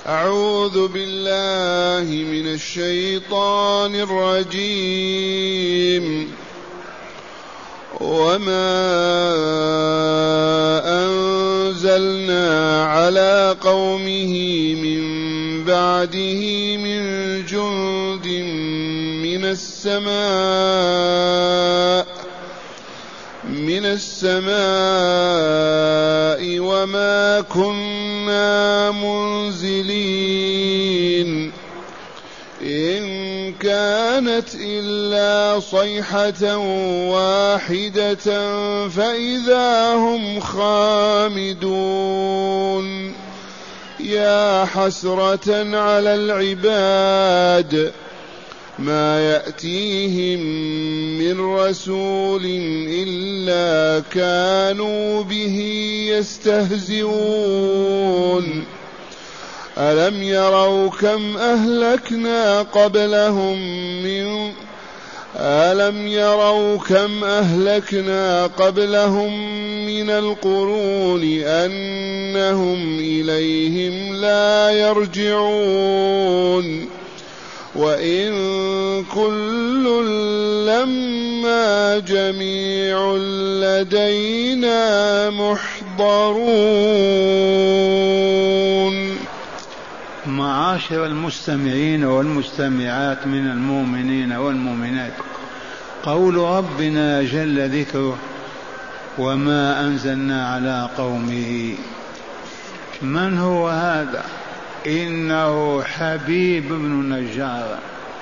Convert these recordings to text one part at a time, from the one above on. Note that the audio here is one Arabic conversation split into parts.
أعوذ بالله من الشيطان الرجيم. وما أنزلنا على قومه من بعده من جند من السماء وما كنا منزلين إن كانت إلا صيحة واحدة فإذا هم خامدون. يا حسرة على العباد ما يأتيهم من رسول إلا كانوا به يستهزئون. ألم يروا كم أهلكنا قبلهم من القرون أنهم إليهم لا يرجعون. وإن كل لما جميع لدينا محضرون. معاشر المستمعين والمستمعات من المؤمنين والمؤمنات، قول ربنا جل ذكره وما أنزلنا على قومه، من هو هذا؟ إنه حبيب بن النجار.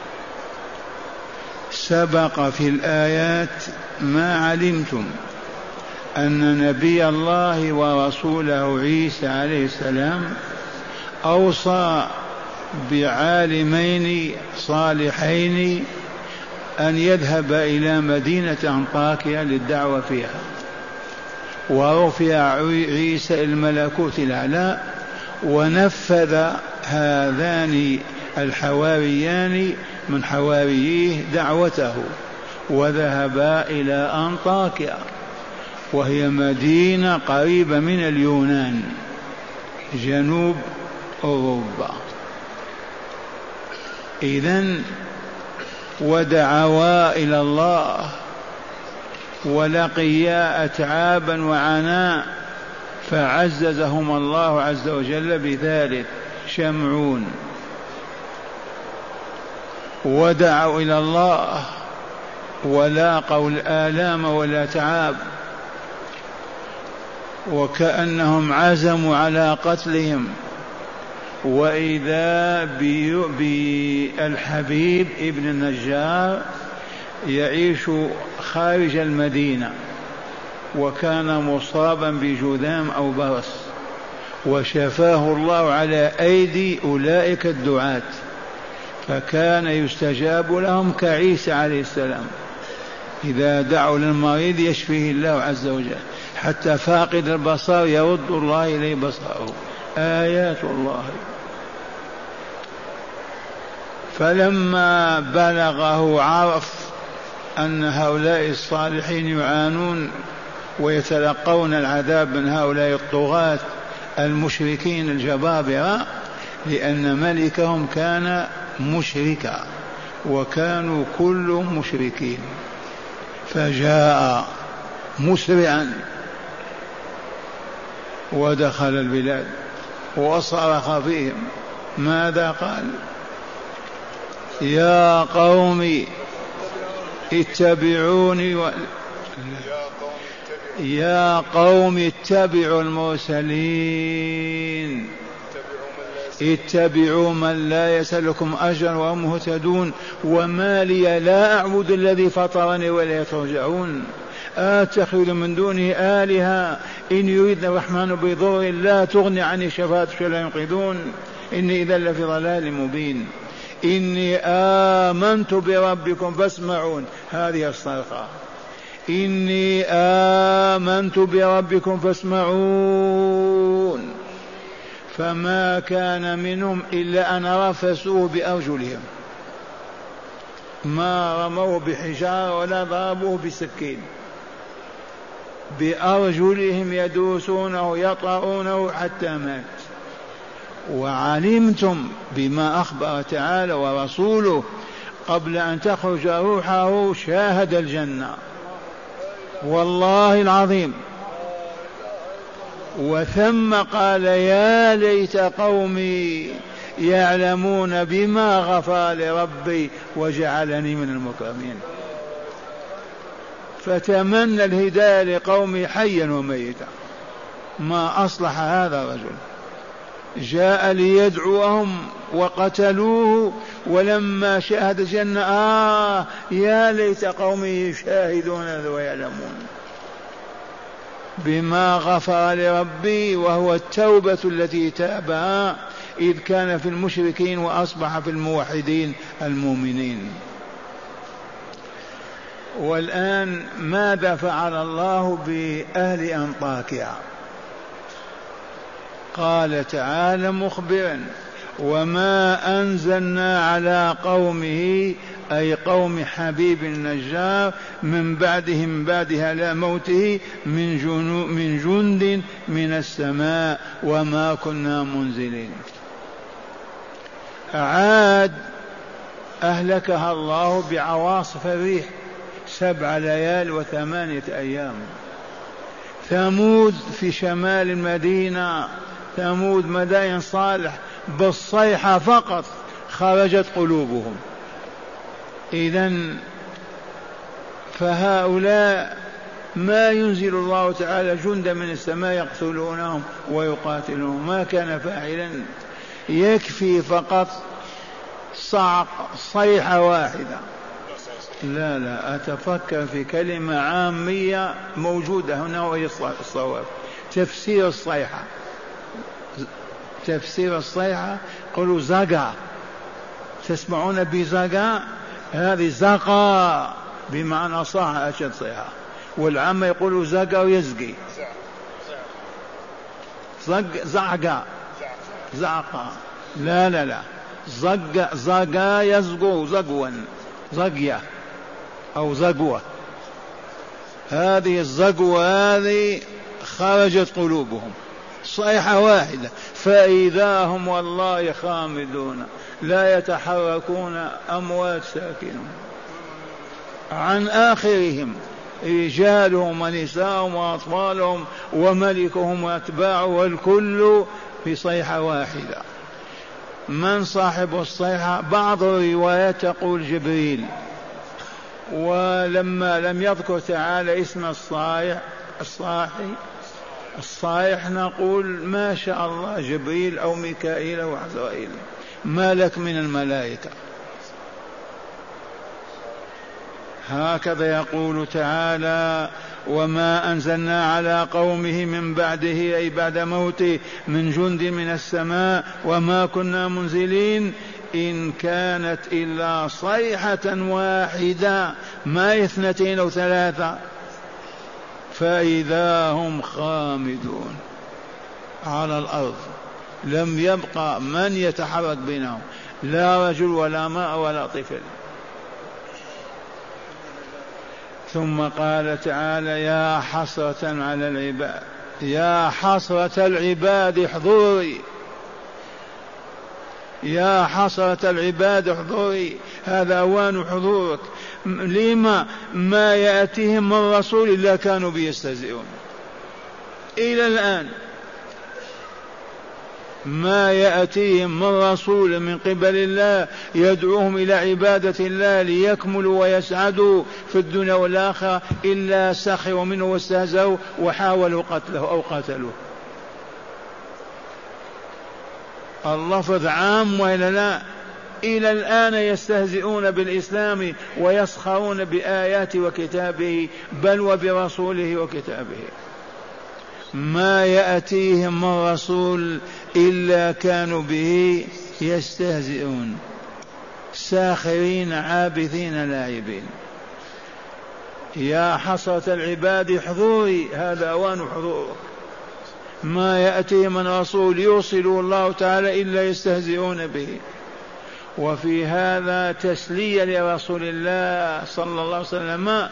سبق في الآيات ما علمتم أن نبي الله ورسوله عيسى عليه السلام أوصى بعالمين صالحين أن يذهب إلى مدينة أنطاكيا للدعوة فيها، ورفع عيسى الملكوت الأعلى، ونفذ هذان الحواريان من حواريه دعوته وذهبا إلى أنطاكيا، وهي مدينة قريبة من اليونان جنوب أوروبا. إذن ودعوا إلى الله ولقيا أتعابا وعناء، فعززهم الله عز وجل بثالث شمعون. ودعوا إلى الله ولاقوا الآلام والأتعاب، وكأنهم عزموا على قتلهم، وإذا بالحبيب ابن النجار يعيش خارج المدينة، وكان مصابا بجذام أو برص، وشفاه الله على أيدي أولئك الدعاة، فكان يستجاب لهم كعيسى عليه السلام، إذا دعوا للمريض يشفيه الله عز وجل، حتى فاقد البصر يرد الله إليه بصره، آيات الله. فلما بلغه عرف أن هؤلاء الصالحين يعانون ويتلقون العذاب من هؤلاء الطغاة المشركين الجبابرة، لأن ملكهم كان مشركا وكانوا كلهم مشركين، فجاء مسرعا ودخل البلاد وصرخ فيهم. ماذا قال؟ يا قوم اتبعوني يا قوم اتبعوا المرسلين، اتبعوا من لا يسألكم أجرا وهم مهتدون، وما لي لا أعبد الذي فطرني ولا ترجعون، أتخذ من دونه آلهة إن يريدنا الرحمن بضر لا تغني عني شفاعتهم ولا ينقذون، إني إذا لفي ضلال مبين، إني آمنت بربكم فاسمعون. هذه الصرخة، إني آمنت بربكم فاسمعون. فما كان منهم إلا أن رفسوه بأرجلهم، ما رموه بحجارة ولا ضربوه بسكين، بأرجلهم يدوسونه يطرؤونه حتى مات. وعلمتم بما أخبر تعالى ورسوله قبل أن تخرج روحه شاهد الجنة والله العظيم. وثم قال يا ليت قومي يعلمون بما غفر لربي وجعلني من المكرمين. فتمنى الهداية لقومي حيا وميتا. ما أصلح هذا الرجل، جاء ليدعوهم وقتلوه، ولما شاهد الجنة يا ليت قومي يشاهدون ويعلمون بما غفر لربي، وهو التوبة التي تابها إذ كان في المشركين وأصبح في الموحدين المؤمنين. والآن ماذا فعل الله بأهل أنطاكيا؟ قال تعالى مخبرا وما أنزلنا على قومه أي قوم حبيب النجار من بعدهم بعدها لا موته من جند من السماء وما كنا منزلين. عاد أهلكها الله بعواصف الريح 7 ليال و8 أيام. ثمود في شمال المدينة، ثمود مدائن صالح بالصيحة فقط خرجت قلوبهم. إذن فهؤلاء ما ينزل الله تعالى جندا من السماء يقتلونهم ويقاتلونهم، ما كان فاعلا، يكفي فقط صيحة واحدة. لا أتفكر في كلمة عامية موجودة هنا وهي الصواب. تفسير الصيحة، تفسير الصيحة قلوا زقا، تسمعون بزقا؟ هذه زقا بمعنى صاح أشد صيحة، والعامة يقولوا زقا ويزقي، زعقا زعقا، لا زقا يزقو زقوا زقية أو زقوة. هذه الزقوة هذه خرجت قلوبهم صيحة واحدة فإذا هم والله خامدون لا يتحركون أموات ساكنون. عن آخرهم رجالهم ونساءهم وأطفالهم وملكهم وأتباعه والكل في صيحة واحدة. من صاحب الصيحة؟ بعض الروايات تقول جبريل، ولما لم يذكر تعالى اسم الصائح نقول ما شاء الله جبريل أو ميكائيل أو عزرائيل، ملك من الملائكة. هكذا يقول تعالى وما أنزلنا على قومه من بعده أي بعد موته من جند من السماء وما كنا منزلين إن كانت إلا صيحة واحدة ما 2 أو 3 فإذا هم خامدون على الأرض، لم يبقى من يتحرك بينهم، لا رجل ولا امرأة ولا طفل. ثم قال تعالى يا حسرة على العباد، يا حسرة العباد احضري، يا حسرة العباد احضري، هذا أوان حضورك. لما ما يأتيهم من رسول إلا كانوا بيستهزئون إلى الآن، ما يأتيهم من رسول من قبل الله يدعوهم إلى عبادة الله ليكملوا ويسعدوا في الدنيا والآخرة إلا سخروا منه واستهزأوا وحاولوا قتله أو قتلوه. اللفظ عام وإلا لا؟ إلى الآن يستهزئون بالإسلام ويسخرون بآيات وكتابه بل وبرسوله وكتابه. ما يأتيهم من رسول إلا كانوا به يستهزئون ساخرين عابثين لاعبين. يا حسرة العباد احضري، هذا أوان حضورك. ما يأتي من رسول يوصله الله تعالى إلا يستهزئون به. وفي هذا تسلية لرسول الله صلى الله عليه وسلم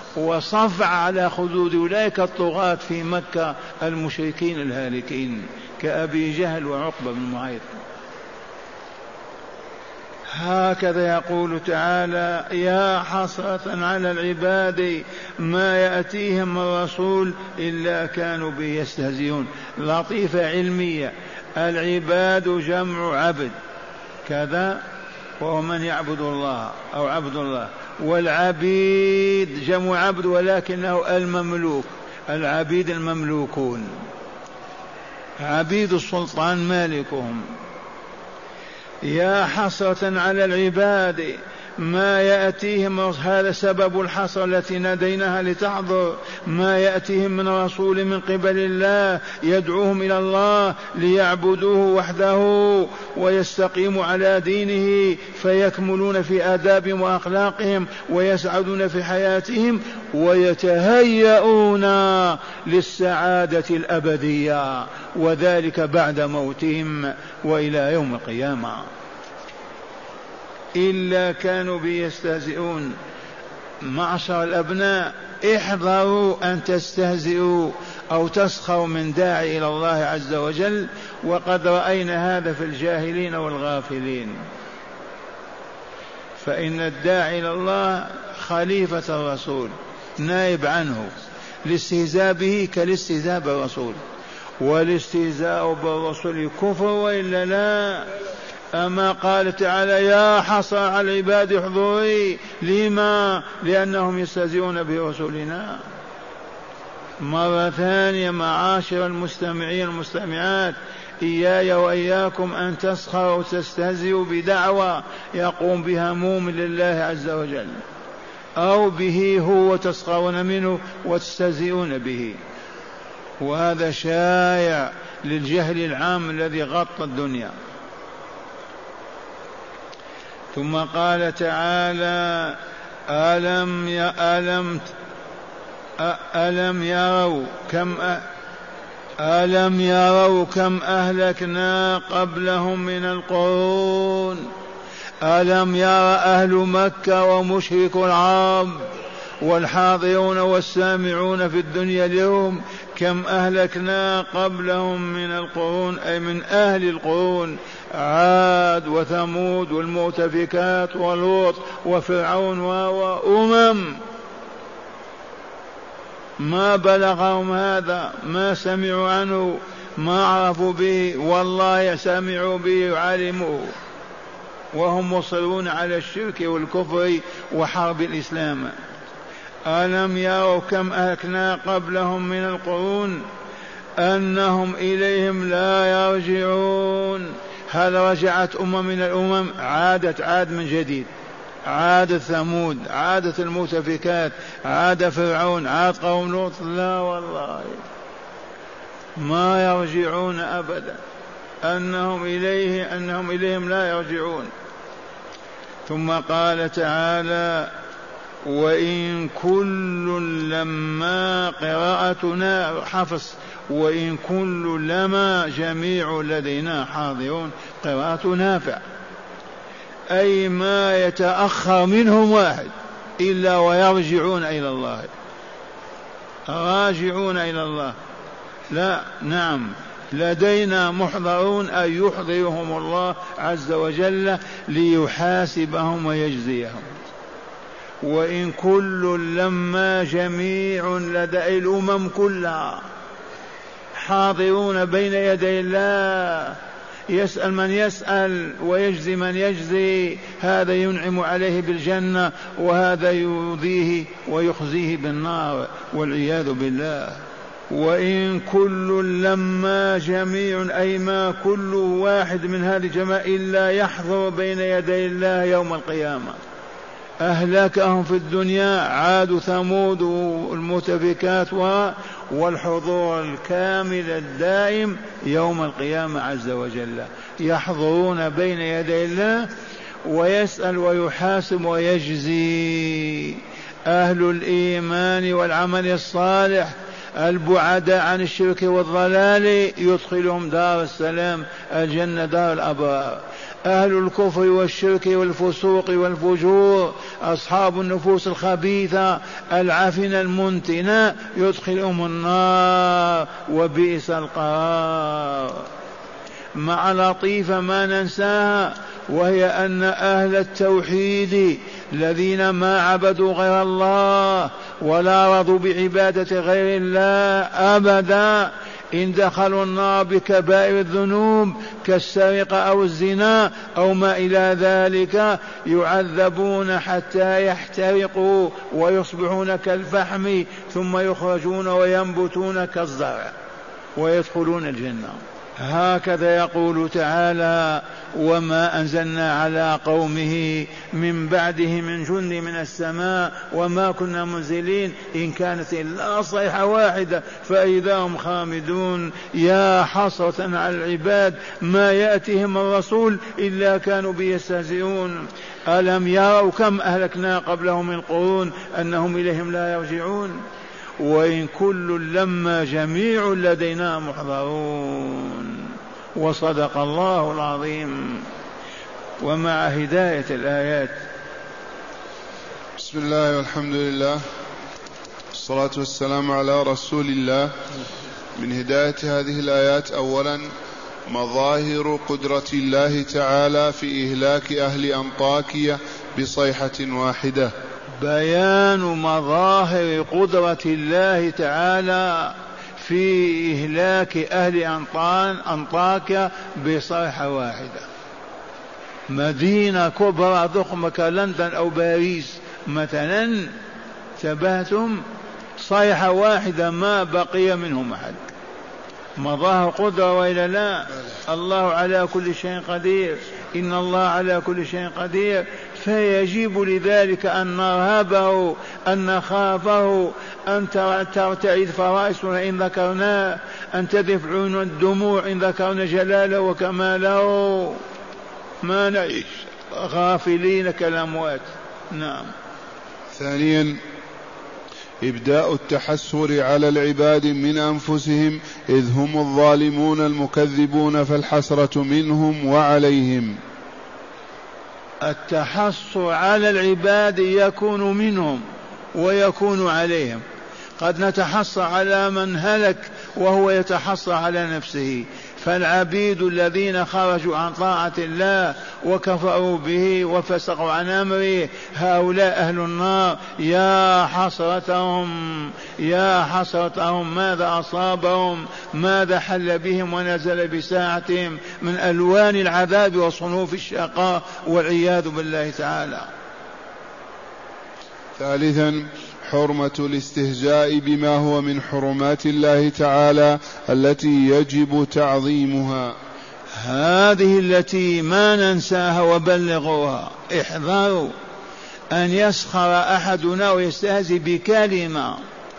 وصفع على خدود أولئك الطغاة في مكة المشركين الهالكين. كأبي جهل وعقبة بن معيط. هكذا يقول تعالى: يا حسرة على العباد ما يأتيهم من رسول إلا كانوا به يستهزئون. لطيفة علمية: العباد جمع عبد كذا وهو من يعبد الله أو عبد الله، والعبيد جمع عبد ولكنه المملوك، العبيد المملوكون، عبيد السلطان مالكهم. يا حسرة على العباد ما يأتيهم، هذا سبب الحسرة التي ناديناها لتحضر، ما يأتيهم من رسول من قبل الله يدعوهم إلى الله ليعبدوه وحده ويستقيموا على دينه فيكملون في آدابهم وأخلاقهم ويسعدون في حياتهم ويتهيئون للسعادة الأبدية، وذلك بعد موتهم وإلى يوم القيامة. إلا كانوا بي يستهزئون. معشر الأبناء، احذروا أن تستهزئوا أو تسخروا من داعي إلى الله عز وجل، وقد رأينا هذا في الجاهلين والغافلين. فإن الداعي إلى الله خليفة الرسول نائب عنه، الاستهزاء به كالاستهزاء بالرسول، والاستهزاء بالرسول كفر وإلا لا؟ أما قال تعالى: يا حسرة على العباد احضري، لما؟ لأنهم يستهزئون برسولنا. مرة ثانية معاشر المستمعين المستمعات، إياي وإياكم أن تسخروا وتستهزئوا بدعوة يقوم بها مؤمن لله عز وجل، أو به هو تسخرون منه وتستهزئون به، وهذا شائع للجهل العام الذي غطى الدنيا. ثم قال تعالى: ألم يروا كم أهلكنا قبلهم من القرون. ألم يرى أهل مكة ومشرك العرب والحاضرون والسامعون في الدنيا اليوم كم أهلكنا قبلهم من القرون، أي من أهل القرون، عاد وثمود والمؤتفكات ولوط وفرعون وأمم ما بلغهم هذا، ما سمعوا عنه، ما عرفوا به، والله سمعوا به وعلموه وهم مصرون على الشرك والكفر وحرب الإسلام. ألم يروا كم أهلكنا قبلهم من القرون أنهم إليهم لا يرجعون. هل رجعت أمم من الأمم؟ عاد من جديد، عاد ثمود، عادت المؤتفكات، عاد فرعون، عاد قوم لوط. لا والله ما يرجعون أبدا، أنهم إليهم لا يرجعون. ثم قال تعالى: وإن كل لما، قراءتنا حفص، وإن كل لما جميع لدينا حاضرون، قراءة نافع، أي ما يتأخر منهم واحد إلا ويرجعون إلى الله، راجعون إلى الله. لا، نعم، لدينا محضرون، أي يحضرهم الله عز وجل ليحاسبهم ويجزيهم. وإن كل لما جميع لدى الأمم كلها حاضرون بين يدي الله، يسأل من يسأل ويجزي من يجزي، هذا ينعم عليه بالجنة وهذا يؤذيه ويخزيه بالنار والعياذ بالله. وإن كل لما جميع، أي ما كل واحد من هذه الجماعة إلا يحضر بين يدي الله يوم القيامة. أهلكهم في الدنيا عاد ثمود والمؤتفكات والحضور الكامل الدائم يوم القيامة عز وجل، يحضرون بين يدي الله ويسأل ويحاسب ويجزي. أهل الإيمان والعمل الصالح البعداء عن الشرك والضلال يدخلهم دار السلام الجنة دار الأبرار. أهل الكفر والشرك والفسوق والفجور أصحاب النفوس الخبيثة العفنة المنتنة يدخلهم النار وبئس القرار. مع لطيفة ما ننساها، وهي أن أهل التوحيد الذين ما عبدوا غير الله ولا رضوا بعبادة غير الله أبدا إن دخلوا النار بكبائر الذنوب كالسرقة أو الزنا أو ما إلى ذلك يعذبون حتى يحترقوا ويصبحون كالفحم ثم يخرجون وينبتون كالزرع ويدخلون الجنة. هكذا يقول تعالى: وما أنزلنا على قومه من بعده من جند من السماء وما كنا منزلين إن كانت إلا صيحة واحدة فإذا هم خامدون. يا حسرة على العباد ما يأتيهم الرسول إلا كانوا بيستهزئون. ألم يروا كم أهلكنا قبلهم من قرون أنهم إليهم لا يرجعون. وإن كل لما جميع لدينا محضرون. وصدق الله العظيم. ومع هداية الآيات. بسم الله والحمد لله والصلاة والسلام على رسول الله. من هداية هذه الآيات أولا مظاهر قدرة الله تعالى في إهلاك أهل أنطاكية بصيحة واحدة. بيان مظاهر قدرة الله تعالى في إهلاك أهل أنطاكيا بصيحة واحدة. مدينة كبرى ضخمة كلندن أو باريس مثلا تبهتم صيحة واحدة ما بقي منهم أحد. مظاهر قدرة وإلا لا؟ الله على كل شيء قدير. إن الله على كل شيء قدير. فيجب لذلك أن نرهبه أن نخافه أن ترتعد فرائسنا إن ذكرناه أن تذف عيون الدموع إن ذكرنا جلاله وكماله. ما نعيش غافلين كالأموات. نعم. ثانيا إبداء التحسر على العباد من أنفسهم إذ هم الظالمون المكذبون فالحسرة منهم وعليهم. التحسر على العباد يكون منهم ويكون عليهم. قد نتحسر على من هلك وهو يتحسر على نفسه. فالعبيد الذين خرجوا عن طاعة الله وكفروا به وفسقوا عن أمره هؤلاء أهل النار. يا حسرتهم يا حسرتهم ماذا أصابهم ماذا حل بهم ونزل بساعتهم من ألوان العذاب وصنوف الشقاء والعياذ بالله تعالى. ثالثا حرمة الاستهزاء بما هو من حرمات الله تعالى التي يجب تعظيمها. هذه التي ما ننساها وبلغوها. احذروا أن يسخر أحدنا ويستهزئ بكلمة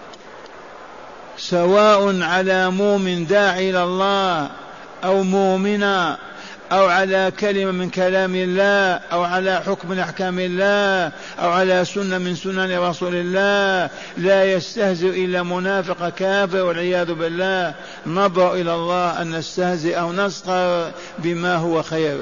سواء على مؤمن داعي إلى الله أو مؤمنا أو على كلمة من كلام الله أو على حكم من أحكام الله أو على سنة من سنن رسول الله. لا يستهزئ إلا منافق كافر والعياذ بالله. نبرأ إلى الله أن نستهزئ أو نسخر بما هو خير.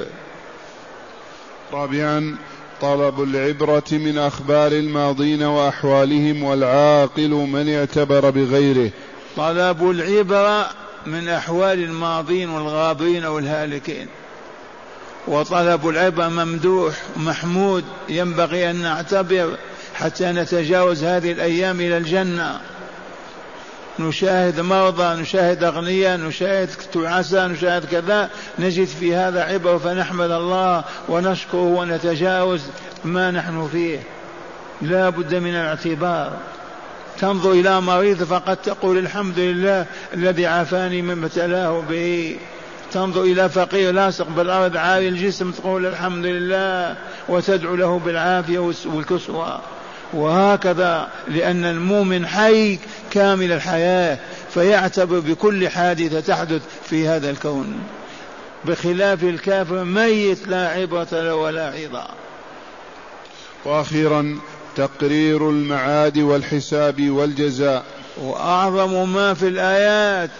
رابعا طلب العبرة من أخبار الماضين وأحوالهم والعاقل من اعتبر بغيره. طلب العبرة من أحوال الماضين والغابرين والهالكين. وطلب العبرة ممدوح محمود ينبغي أن نعتبر حتى نتجاوز هذه الأيام إلى الجنة. نشاهد مرضى نشاهد أغنياء نشاهد تعسى نشاهد كذا نجد في هذا عبرة فنحمد الله ونشكره ونتجاوز ما نحن فيه. لا بد من الاعتبار. تنظر إلى مريض فقد تقول الحمد لله الذي عافاني مما ابتلاه به. تنظر إلى فقير لاصق بالأرض عاري الجسم تقول الحمد لله وتدعو له بالعافية والكسوة. وهكذا لأن المؤمن حي كامل الحياة فيعتبر بكل حادثة تحدث في هذا الكون، بخلاف الكافر ميت لا عبرة له ولا عظة. وأخيرا تقرير المعاد والحساب والجزاء. وأعظم ما في الآيات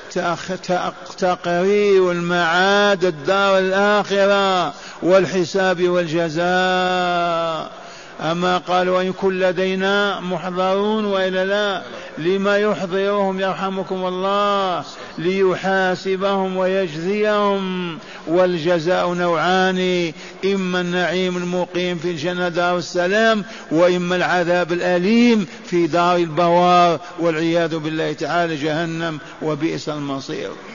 تقرير المعاد الدار الآخرة والحساب والجزاء. أما قال وإن كن لدينا محضرون وإلا لا، لما يحضرهم يرحمكم الله؟ ليحاسبهم ويجزيهم. والجزاء نوعان، إما النعيم المقيم في الجنة دار السلام، وإما العذاب الأليم في دار البوار والعياذ بالله تعالى جهنم، وبئس المصير.